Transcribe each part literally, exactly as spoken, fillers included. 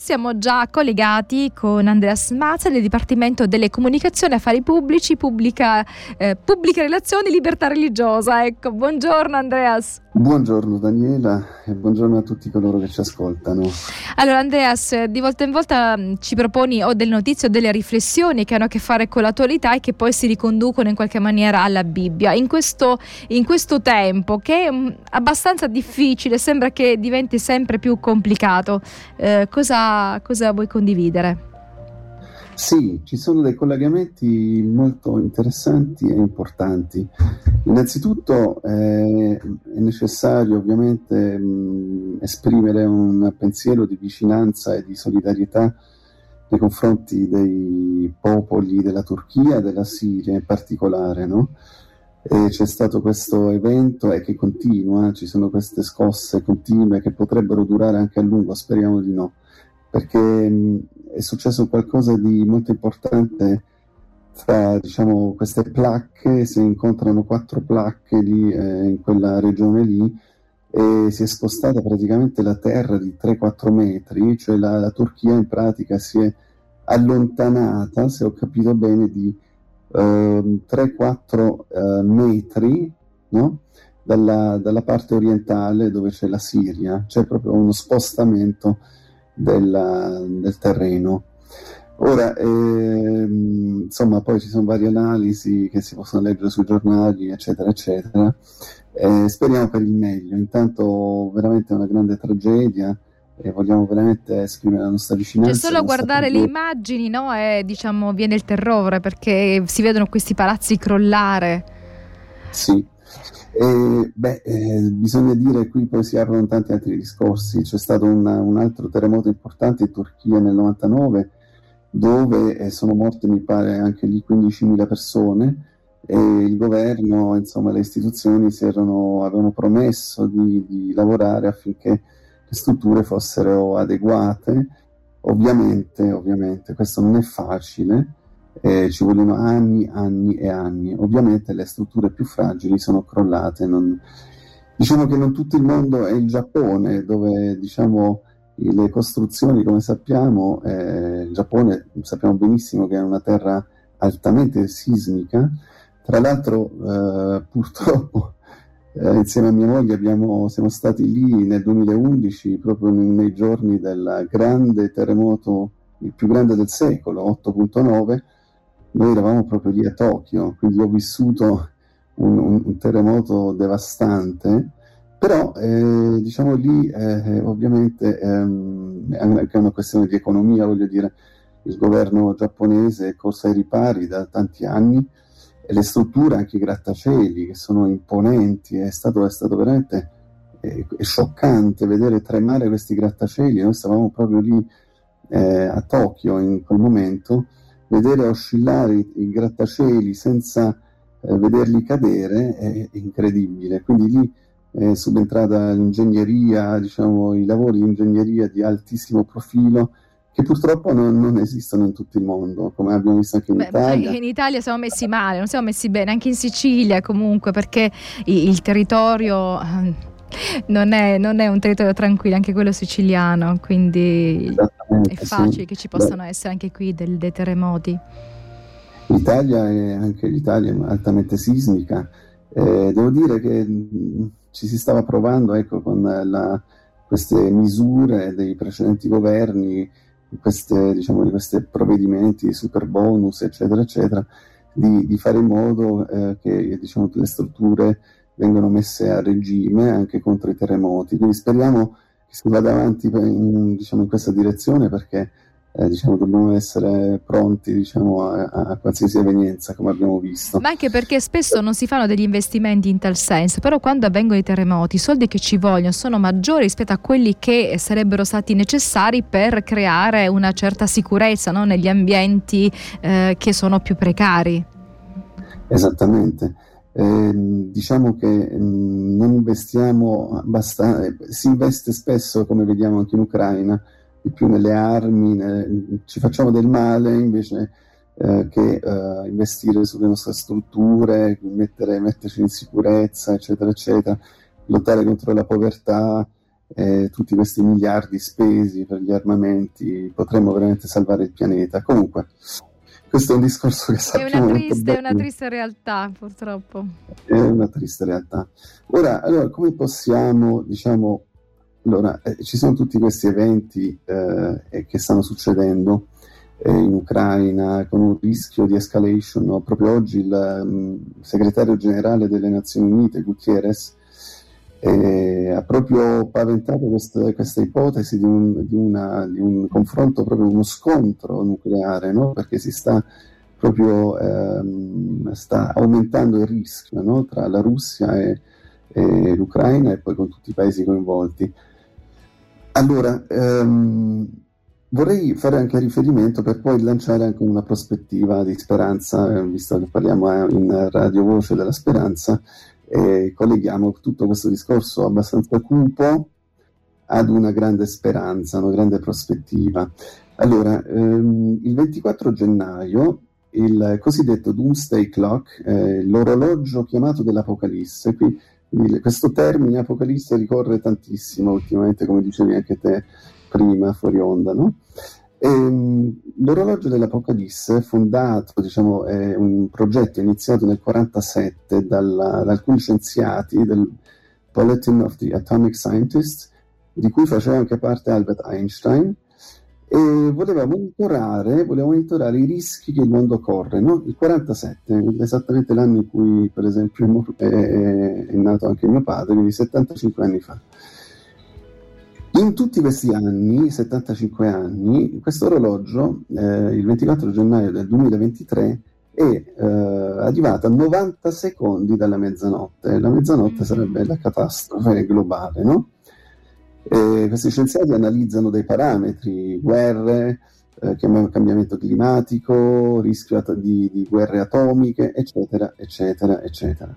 siamo già collegati con Andreas Mazza del Dipartimento delle Comunicazioni, Affari Pubblici, Pubblica, eh, Pubbliche Relazioni, Libertà Religiosa. Ecco, buongiorno Andreas. Buongiorno Daniela e buongiorno a tutti coloro che ci ascoltano. Allora Andreas, di volta in volta ci proponi o delle notizie o delle riflessioni che hanno a che fare con l'attualità e che poi si riconducono in qualche maniera alla Bibbia. In questo, in questo tempo che è abbastanza difficile, sembra che diventi sempre più complicato, eh, cosa, cosa vuoi condividere? Sì, ci sono dei collegamenti molto interessanti e importanti. Innanzitutto eh, è necessario ovviamente mh, esprimere un pensiero di vicinanza e di solidarietà nei confronti dei popoli della Turchia e della Siria in particolare, no? E c'è stato questo evento e che continua, ci sono queste scosse continue che potrebbero durare anche a lungo, speriamo di no, perché mh, è successo qualcosa di molto importante fra, diciamo, queste placche. Si incontrano quattro placche lì eh, in quella regione lì e si è spostata praticamente la terra di tre quattro metri, cioè la, la Turchia in pratica si è allontanata, se ho capito bene, di eh, tre quattro eh, metri, no? dalla, dalla parte orientale dove c'è la Siria. C'è proprio uno spostamento Della, del terreno. Ora, ehm, insomma, poi ci sono varie analisi che si possono leggere sui giornali, eccetera, eccetera. Eh, speriamo per il meglio. Intanto, veramente è una grande tragedia e vogliamo veramente esprimere la nostra vicinanza. C'è solo a guardare le immagini, no? E diciamo viene il terrore perché si vedono questi palazzi crollare. Sì. E, beh, eh, bisogna dire, qui poi si aprono tanti altri discorsi. C'è stato una, un altro terremoto importante in Turchia nel novantanove, dove eh, sono morte, mi pare, anche lì quindicimila persone, e il governo, insomma, le istituzioni si erano, avevano promesso di, di lavorare affinché le strutture fossero adeguate. Ovviamente, ovviamente, questo non è facile. Eh, ci vogliono anni, anni e anni. Ovviamente le strutture più fragili sono crollate. Non... Diciamo che non tutto il mondo è il Giappone, dove diciamo le costruzioni, come sappiamo, eh, il Giappone sappiamo benissimo che è una terra altamente sismica. Tra l'altro, eh, purtroppo, eh, insieme a mia moglie abbiamo, siamo stati lì nel duemilaundici, proprio nei giorni del grande terremoto, il più grande del secolo, otto virgola nove. Noi eravamo proprio lì a Tokyo, quindi ho vissuto un, un, un terremoto devastante, però eh, diciamo lì eh, ovviamente ehm, è anche una questione di economia, voglio dire, il governo giapponese è corso ai ripari da tanti anni e le strutture, anche i grattacieli che sono imponenti, è stato, è stato veramente eh, è scioccante vedere tremare questi grattacieli. Noi stavamo proprio lì eh, a Tokyo in quel momento. Vedere oscillare i, i grattacieli senza eh, vederli cadere è, è incredibile. Quindi lì è subentrata l'ingegneria, diciamo, i lavori di ingegneria di altissimo profilo che purtroppo non, non esistono in tutto il mondo, come abbiamo visto anche in Beh, Italia. In Italia siamo messi male, non siamo messi bene, anche in Sicilia comunque, perché il, il territorio non è, non è un territorio tranquillo, anche quello siciliano, quindi è facile sì. che ci possano Beh, essere anche qui del, dei terremoti. L'Italia è anche l'Italia è altamente sismica. Eh, devo dire che mh, ci si stava provando, ecco, con la, queste misure dei precedenti governi, queste, diciamo, questi provvedimenti, super bonus, eccetera, eccetera, di, di fare in modo eh, che, diciamo, le strutture vengano messe a regime anche contro i terremoti. Quindi speriamo che si vada avanti in, diciamo, in questa direzione, perché eh, diciamo, dobbiamo essere pronti, diciamo, a, a qualsiasi evenienza, come abbiamo visto. Ma anche perché spesso non si fanno degli investimenti in tal senso, però quando avvengono i terremoti i soldi che ci vogliono sono maggiori rispetto a quelli che sarebbero stati necessari per creare una certa sicurezza, no? Negli ambienti eh, che sono più precari. Esattamente. Eh, diciamo che mh, non investiamo abbastanza, si investe spesso, come vediamo anche in Ucraina, di più nelle armi, ne, ci facciamo del male invece eh, che eh, investire sulle nostre strutture, mettere, metterci in sicurezza, eccetera, eccetera, lottare contro la povertà. eh, tutti questi miliardi spesi per gli armamenti, potremmo veramente salvare il pianeta. Comunque, questo è un discorso che sappiamo è una molto triste, bene. è una triste realtà, purtroppo. È una triste realtà. Ora, allora come possiamo, diciamo, allora, eh, ci sono tutti questi eventi eh, che stanno succedendo eh, in Ucraina con un rischio di escalation, no? Proprio oggi il um, segretario generale delle Nazioni Unite, Guterres, eh, ha proprio paventato questa, questa ipotesi di un, di, una, di un confronto, proprio uno scontro nucleare, no? Perché si sta proprio ehm, sta aumentando il rischio, no? Tra la Russia e, e l'Ucraina e poi con tutti i paesi coinvolti. Allora, ehm, vorrei fare anche riferimento per poi lanciare anche una prospettiva di speranza, eh, visto che parliamo eh, in Radio Voce della Speranza, e colleghiamo tutto questo discorso abbastanza cupo ad una grande speranza, una grande prospettiva. Allora, ehm, il ventiquattro gennaio il cosiddetto Doomsday Clock, eh, l'orologio chiamato dell'Apocalisse. Qui, quindi, questo termine Apocalisse ricorre tantissimo ultimamente, come dicevi anche te prima, fuori onda, no? E, l'orologio dell'Apocalisse, fondato, diciamo, è un progetto iniziato nel millenovecentoquarantasette dalla, da alcuni scienziati del Bulletin of the Atomic Scientists, di cui faceva anche parte Albert Einstein, e voleva monitorare, voleva monitorare i rischi che il mondo corre, no? Il quarantasette, esattamente l'anno in cui, per esempio, è, è, è nato anche mio padre, quindi settantacinque anni fa. In tutti questi anni, settantacinque anni, questo orologio, eh, il ventiquattro gennaio del duemilaventitré, è eh, arrivato a novanta secondi dalla mezzanotte. La mezzanotte sarebbe la catastrofe globale, no? E questi scienziati analizzano dei parametri, guerre, eh, cambiamento climatico, rischio di, di guerre atomiche, eccetera, eccetera, eccetera.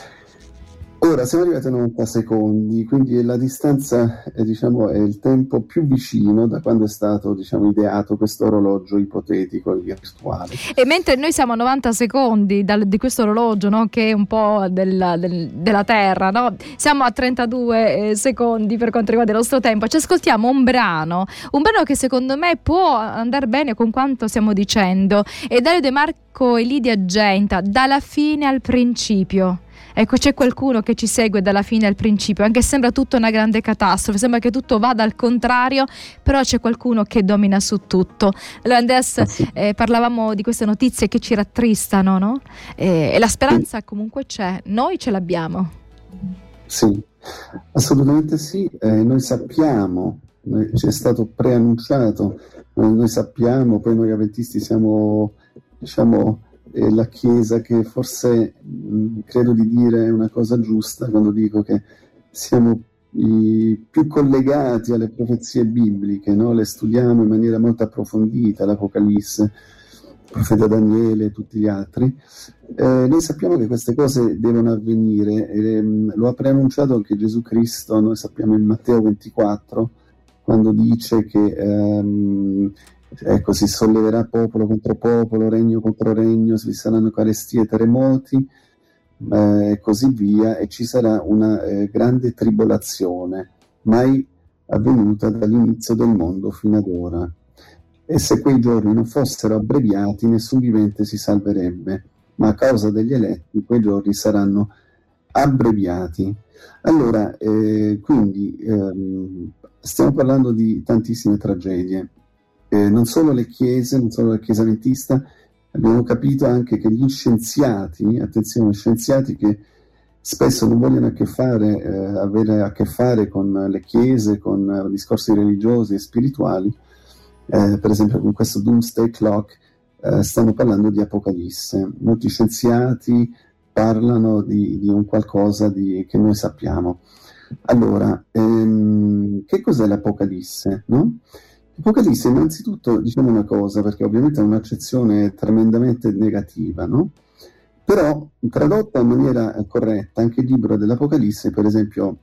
Ora siamo arrivati a novanta secondi, quindi la distanza è, diciamo, è il tempo più vicino da quando è stato, diciamo, ideato questo orologio ipotetico e virtuale. E mentre noi siamo a novanta secondi dal, di questo orologio, no, che è un po' del, del, della Terra, no? Siamo a trentadue eh, secondi per quanto riguarda il nostro tempo. Ci ascoltiamo un brano, un brano che secondo me può andare bene con quanto stiamo dicendo. È Dario De Marco e Lidia Genta, Dalla fine al principio. Ecco, c'è qualcuno che ci segue dalla fine al principio, anche se sembra tutto una grande catastrofe, sembra che tutto vada al contrario, però c'è qualcuno che domina su tutto. Allora Andreas, eh, parlavamo di queste notizie che ci rattristano, no? Eh, e la speranza comunque c'è, noi ce l'abbiamo. Sì, assolutamente sì, eh, noi sappiamo, noi, ci è stato preannunciato, noi, noi sappiamo, poi noi avventisti siamo, diciamo, è la Chiesa che forse mh, credo di dire una cosa giusta quando dico che siamo i più collegati alle profezie bibliche, no? Le studiamo in maniera molto approfondita, l'Apocalisse, il profeta Daniele e tutti gli altri. Eh, noi sappiamo che queste cose devono avvenire, e, mh, lo ha preannunciato anche Gesù Cristo, noi sappiamo in Matteo ventiquattro, quando dice che ehm, ecco, si solleverà popolo contro popolo, regno contro regno, vi saranno carestie e terremoti, eh, e così via, e ci sarà una eh, grande tribolazione, mai avvenuta dall'inizio del mondo fino ad ora. E se quei giorni non fossero abbreviati, nessun vivente si salverebbe, ma a causa degli eletti quei giorni saranno abbreviati. Allora, eh, quindi ehm, stiamo parlando di tantissime tragedie. Eh, non solo le chiese, non solo la Chiesa Adventista, abbiamo capito anche che gli scienziati, attenzione, scienziati che spesso non vogliono a che fare, eh, avere a che fare con le chiese, con uh, discorsi religiosi e spirituali, eh, per esempio con questo Doomsday Clock, eh, stanno parlando di Apocalisse. Molti scienziati parlano di, di un qualcosa di, che noi sappiamo. Allora, ehm, che cos'è l'Apocalisse, no? L'Apocalisse innanzitutto, diciamo una cosa, perché ovviamente è un'accezione tremendamente negativa, no? Però tradotta in maniera corretta, anche il libro dell'Apocalisse, per esempio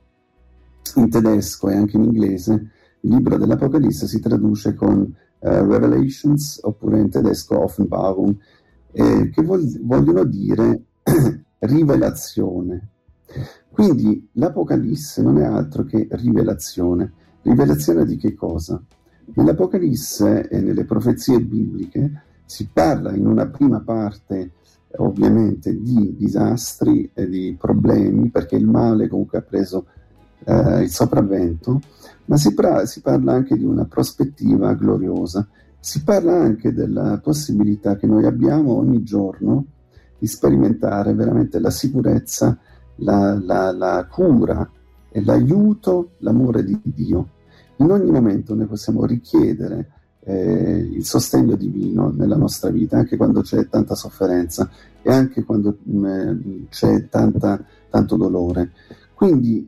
in tedesco e anche in inglese, il libro dell'Apocalisse si traduce con uh, Revelations, oppure in tedesco Offenbarung, eh, che vol- vogliono dire rivelazione. Quindi l'Apocalisse non è altro che rivelazione. Rivelazione di che cosa? Nell'Apocalisse e nelle profezie bibliche si parla in una prima parte ovviamente di disastri e di problemi, perché il male comunque ha preso eh, il sopravvento, ma si, pra- si parla anche di una prospettiva gloriosa. Si parla anche della possibilità che noi abbiamo ogni giorno di sperimentare veramente la sicurezza, la, la, la cura e l'aiuto, l'amore di Dio. In ogni momento noi possiamo richiedere eh, il sostegno divino nella nostra vita, anche quando c'è tanta sofferenza e anche quando mh, c'è tanta, tanto dolore. Quindi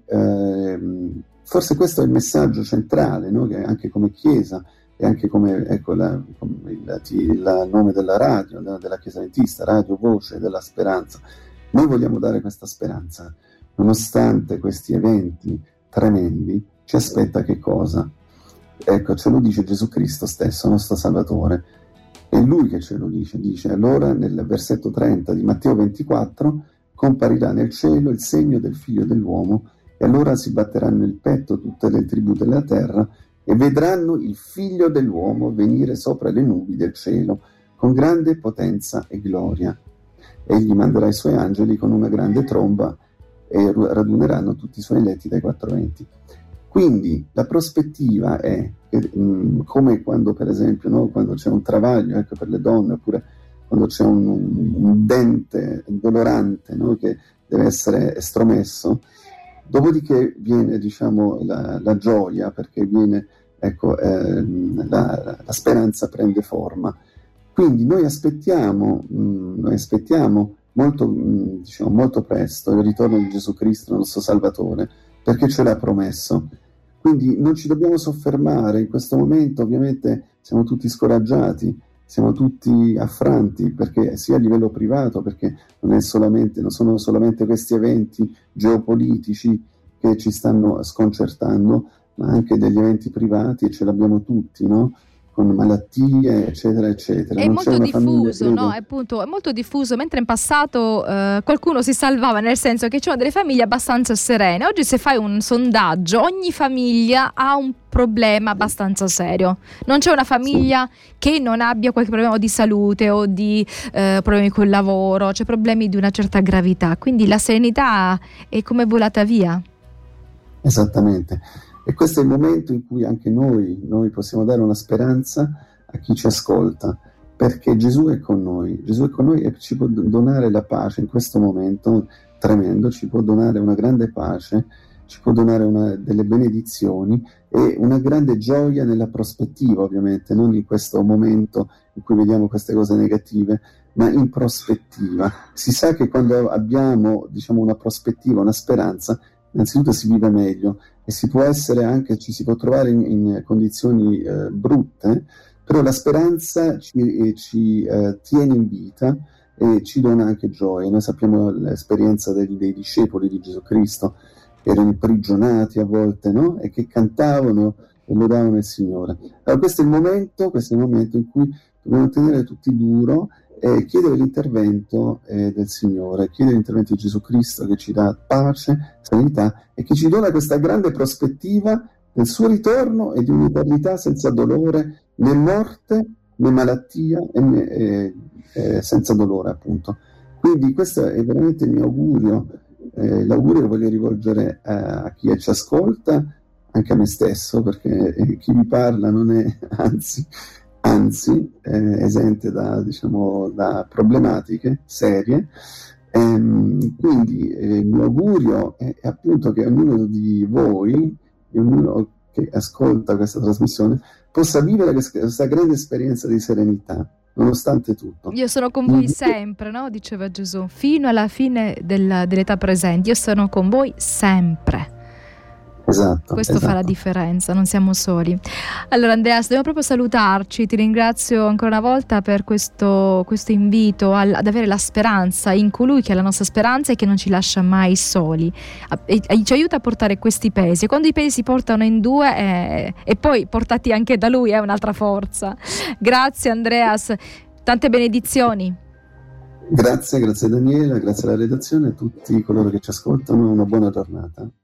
eh, forse questo è il messaggio centrale, no? Che anche come Chiesa e anche come, ecco, la, come il, il nome della radio, della, della Chiesa Adventista, Radio Voce della Speranza. Noi vogliamo dare questa speranza, nonostante questi eventi tremendi. Ci aspetta che cosa? Ecco, ce lo dice Gesù Cristo stesso, nostro Salvatore. È Lui che ce lo dice. Dice allora nel versetto trenta di Matteo ventiquattro: comparirà nel cielo il segno del Figlio dell'uomo, e allora si batteranno il petto tutte le tribù della terra e vedranno il Figlio dell'uomo venire sopra le nubi del cielo con grande potenza e gloria. Egli manderà i suoi angeli con una grande tromba e raduneranno tutti i suoi eletti dai quattro venti. Quindi la prospettiva è che, mh, come quando per esempio, no, quando c'è un travaglio, ecco, per le donne, oppure quando c'è un, un dente dolorante, no, che deve essere estromesso, dopodiché viene, diciamo, la, la gioia, perché viene, ecco, eh, la, la speranza prende forma. Quindi noi aspettiamo, mh, noi aspettiamo molto, mh, diciamo, molto presto il ritorno di Gesù Cristo, nostro Salvatore, perché ce l'ha promesso. Quindi non ci dobbiamo soffermare in questo momento. Ovviamente siamo tutti scoraggiati, siamo tutti affranti, perché sia a livello privato, perché non è solamente, non sono solamente questi eventi geopolitici che ci stanno sconcertando, ma anche degli eventi privati, e ce l'abbiamo tutti, no? Con malattie, eccetera, eccetera. È Non molto c'è una diffuso, famiglia, no? È, appunto, è molto diffuso, mentre in passato eh, qualcuno si salvava, nel senso che c'erano delle famiglie abbastanza serene. Oggi se fai un sondaggio, ogni famiglia ha un problema abbastanza serio. Non c'è una famiglia sì. che non abbia qualche problema di salute o di eh, problemi col lavoro, c'è problemi di una certa gravità. Quindi la serenità è come volata via. Esattamente. E questo è il momento in cui anche noi, noi possiamo dare una speranza a chi ci ascolta, perché Gesù è con noi, Gesù è con noi e ci può donare la pace in questo momento tremendo, ci può donare una grande pace, ci può donare una, delle benedizioni e una grande gioia nella prospettiva, ovviamente, non in questo momento in cui vediamo queste cose negative, ma in prospettiva. Si sa che quando abbiamo, diciamo, una prospettiva, una speranza, innanzitutto si vive meglio e si può essere anche, ci si può trovare in, in condizioni eh, brutte, però la speranza ci, eh, ci eh, tiene in vita e ci dona anche gioia. Noi sappiamo l'esperienza dei, dei discepoli di Gesù Cristo, che erano imprigionati a volte, no? E che cantavano e lodavano il Signore. Allora questo è il momento, questo è il momento in cui dobbiamo tenere tutti duro e chiedere l'intervento eh, del Signore, chiedere l'intervento di Gesù Cristo, che ci dà pace, serenità e che ci dona questa grande prospettiva del suo ritorno e di un'eternità senza dolore, né morte né malattia e né, eh, eh, senza dolore, appunto. Quindi questo è veramente il mio augurio, eh, l'augurio che voglio rivolgere a, a chi ci ascolta, anche a me stesso, perché eh, chi vi parla non è, anzi anzi eh, esente da, diciamo, da problematiche serie. Ehm, quindi eh, il mio augurio è, è appunto che ognuno di voi, e ognuno che ascolta questa trasmissione, possa vivere questa, questa grande esperienza di serenità, nonostante tutto. Io sono con voi sempre, no? Diceva Gesù, fino alla fine della, dell'età presente, io sono con voi sempre. Esatto, questo esatto. fa la differenza, non siamo soli. Allora Andreas, dobbiamo proprio salutarci, ti ringrazio ancora una volta per questo, questo invito al, ad avere la speranza in colui che è la nostra speranza e che non ci lascia mai soli, e, e ci aiuta a portare questi pesi, e quando i pesi si portano in due eh, e poi portati anche da lui è un'altra forza. Grazie Andreas, tante benedizioni. Grazie, grazie Daniela, grazie alla redazione, a tutti coloro che ci ascoltano, una buona giornata.